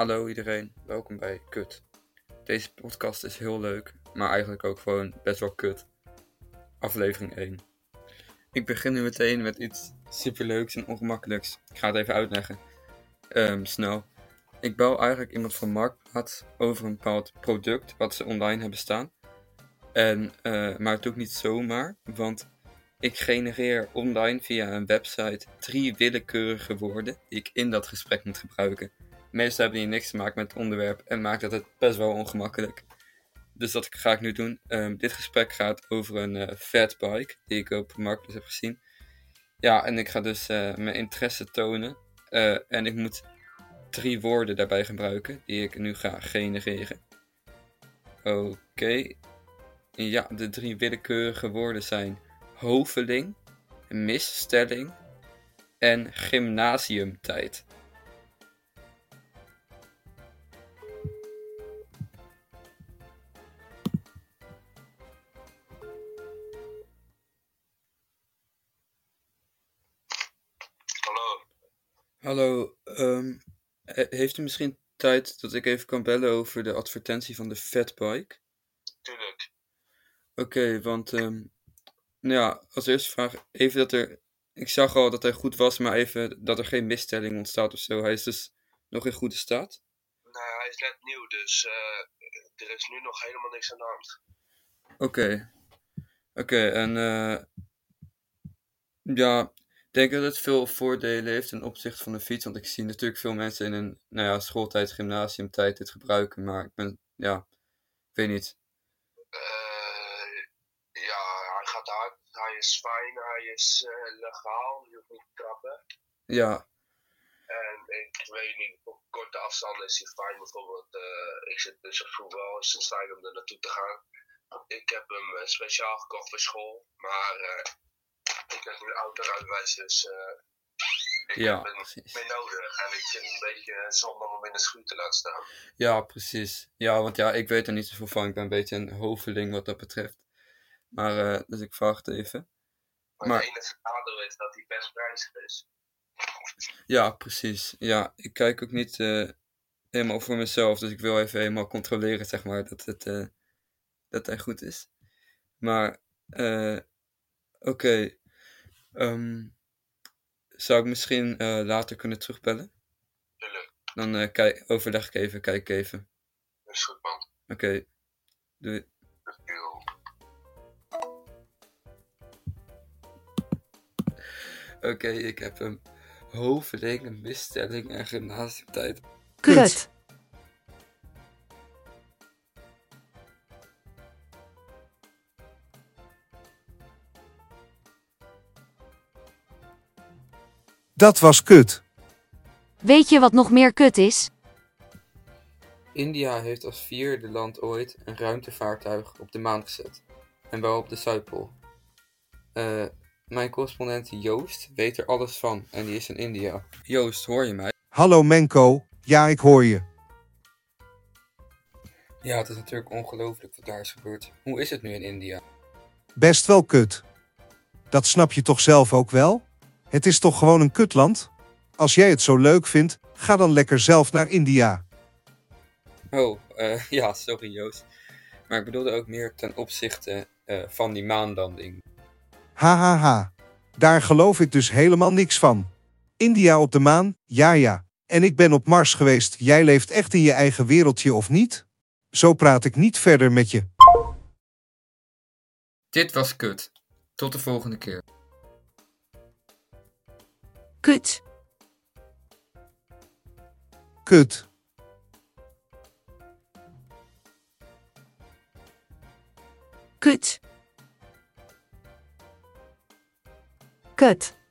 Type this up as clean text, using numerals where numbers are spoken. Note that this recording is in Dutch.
Hallo iedereen, welkom bij Kut. Deze podcast is heel leuk, maar eigenlijk ook gewoon best wel kut. Aflevering 1. Ik begin nu meteen met iets superleuks en ongemakkelijks. Ik ga het even uitleggen. Snel. Ik bel eigenlijk iemand van Marktplaats over een bepaald product wat ze online hebben staan. Maar het doe ik niet zomaar, want ik genereer online via een website 3 willekeurige woorden die ik in dat gesprek moet gebruiken. Meestal hebben die niks te maken met het onderwerp en maakt het best wel ongemakkelijk. Dus dat ga ik nu doen. Dit gesprek gaat over een fatbike die ik op Marktplaats heb gezien. Ja, en ik ga dus mijn interesse tonen. En ik moet 3 woorden daarbij gebruiken die ik nu ga genereren. Oké. Ja, de 3 willekeurige woorden zijn hoveling, misstelling en gymnasiumtijd. Hallo, heeft u misschien tijd dat ik even kan bellen over de advertentie van de fatbike? Tuurlijk. Oké, want als eerste vraag, even dat ik zag al dat hij goed was, maar even dat er geen misstelling ontstaat of zo. Hij is dus nog in goede staat? Nou, hij is net nieuw, dus er is nu nog helemaal niks aan de hand. Oké, en ik denk dat het veel voordelen heeft ten opzichte van de fiets, want ik zie natuurlijk veel mensen in een schooltijd, gymnasiumtijd dit gebruiken, maar ik weet niet. Hij gaat hard, hij is fijn, hij is legaal, je hoeft niet te trappen. Ja. En ik weet niet, op korte afstanden is hij fijn. Bijvoorbeeld, ik zit dus op voetbal, is het fijn om er naartoe te gaan. Ik heb hem speciaal gekocht voor school, maar ik heb nu autorijbewijs, dus ik heb hem niet meer nodig. En ik vind het een beetje zonde om hem in de schuur te laten staan. Ja, precies. Ja, want ik weet er niet zoveel van. Ik ben een beetje een hoveling wat dat betreft. Maar, dus ik vraag het even. Maar het enige nadeel is dat hij best prijzig is. Ja, precies. Ja, ik kijk ook niet helemaal voor mezelf, dus ik wil even helemaal controleren, zeg maar, dat hij goed is. Maar, oké. Zou ik misschien later kunnen terugbellen? Tuurlijk. Dan overleg ik even, kijk ik even. Dat is goed, man. Oké, doei. Oké, ik heb hem. Hoveling, misstelling en gymnasiumtijd. Kut. Dat was kut. Weet je wat nog meer kut is? India heeft als 4e land ooit een ruimtevaartuig op de maan gezet. En wel op de Zuidpool. Mijn correspondent Joost weet er alles van en die is in India. Joost, hoor je mij? Hallo Menko, ja ik hoor je. Ja, het is natuurlijk ongelooflijk wat daar is gebeurd. Hoe is het nu in India? Best wel kut. Dat snap je toch zelf ook wel? Het is toch gewoon een kutland? Als jij het zo leuk vindt, ga dan lekker zelf naar India. Oh, ja, sorry Joost. Maar ik bedoelde ook meer ten opzichte van die maanlanding. Hahaha. Daar geloof ik dus helemaal niks van. India op de maan? Ja. En ik ben op Mars geweest. Jij leeft echt in je eigen wereldje of niet? Zo praat ik niet verder met je. Dit was kut. Tot de volgende keer. Kut. Kut. Kut. Kut.